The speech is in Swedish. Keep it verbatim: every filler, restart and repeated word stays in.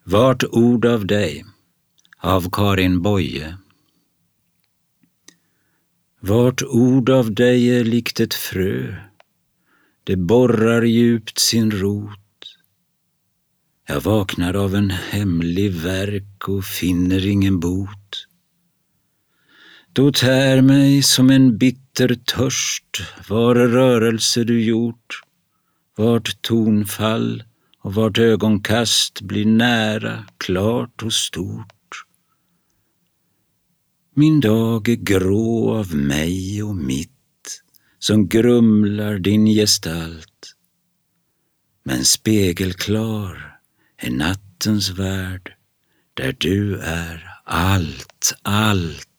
Vart ord av dig av Karin Boye. Vart ord av dig är likt ett frö, det borrar djupt sin rot. Jag vaknar av en hemlig värk och finner ingen bot. Då tär mig som en bitter törst var rörelse du gjort, vart tonfall och vart ögonkast blir nära, klart och stort. Min dag är grå av mig och mitt, som grumlar din gestalt. Men spegelklar är nattens värld, där du är allt, allt.